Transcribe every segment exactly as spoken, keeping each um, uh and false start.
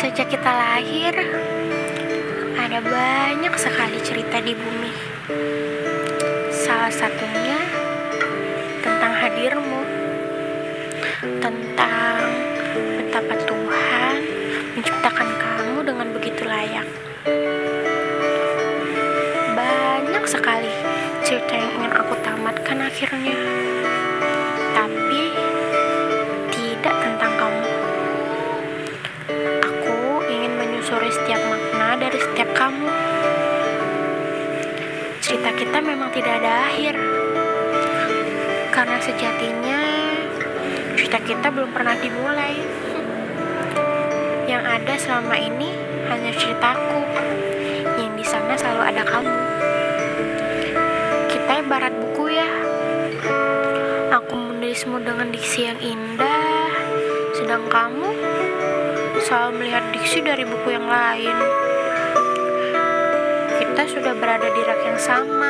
Sejak kita lahir, ada banyak sekali cerita di bumi. Salah satunya tentang hadirmu, tentang betapa Tuhan menciptakan kamu dengan begitu layak. Banyak sekali cerita yang ingin aku tamatkan akhirnya, tapi tidak tentang kamu. Aku ingin menyusuri setiap makna dari setiap kamu. Cerita kita memang tidak ada akhir, karena sejatinya cerita kita belum pernah dimulai. Yang ada selama ini hanya ceritaku, yang di sana selalu ada kamu. Kita ibarat buku ya. Aku menulismu dengan diksi yang indah, sedang kamu selalu melihat diksi dari buku yang lain. Kita sudah berada di rak yang sama,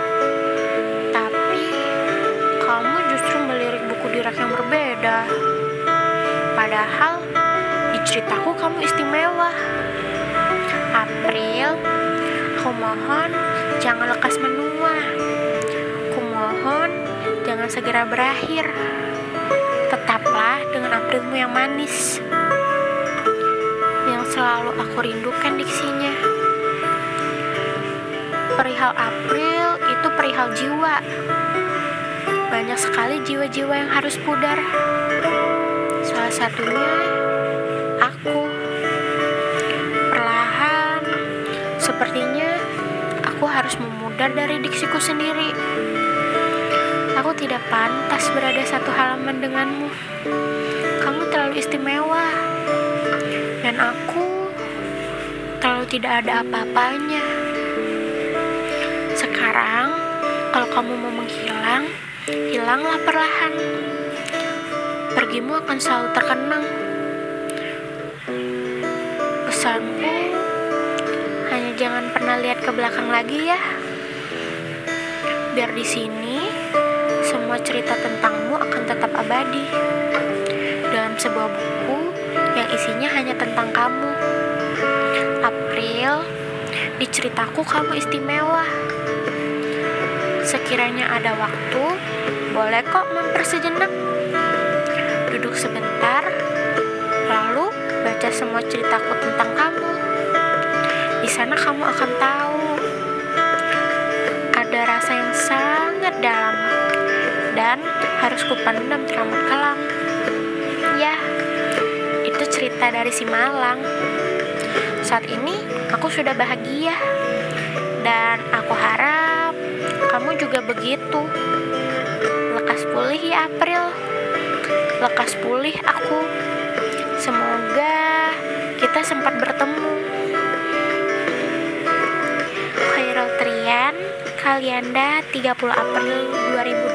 tapi kamu justru melirik buku di rak yang berbeda. Padahal di ceritaku kamu istimewa. April, aku mohon jangan lekas menua. Aku mohon jangan segera berakhir. Tetaplah dengan Aprilmu yang manis, yang selalu aku rindukan diksinya. Perihal April itu perihal jiwa. Banyak sekali jiwa-jiwa yang harus pudar. Salah satunya aku. Perlahan, sepertinya aku harus memudar dari diksiku sendiri. Aku tidak pantas berada satu halaman denganmu. Kamu terlalu istimewa, dan aku terlalu tidak ada apa-apanya. Sekarang, kalau kamu mau menghilang, hilanglah perlahan. Pergimu akan selalu terkenang. Pesanku, hanya jangan pernah lihat ke belakang lagi ya. Biar di sini semua cerita tentangmu akan tetap abadi dalam sebuah buku yang isinya hanya tentang kamu. April, di ceritaku kamu istimewa. Sekiranya ada waktu, boleh kok mampir sejenak. Duduk sebentar, lalu baca semua ceritaku tentang kamu. Di sana kamu akan tahu ada rasa yang sangat dalam dan harus kupendam teramat kelam. Ya, itu cerita dari si Malang. Saat ini aku sudah bahagia, dan aku harap kamu juga begitu. Lekas pulih ya April, lekas pulih aku. Semoga kita sempat bertemu. Khairul Trian, Kalianda, tiga puluh April dua ribu dua puluh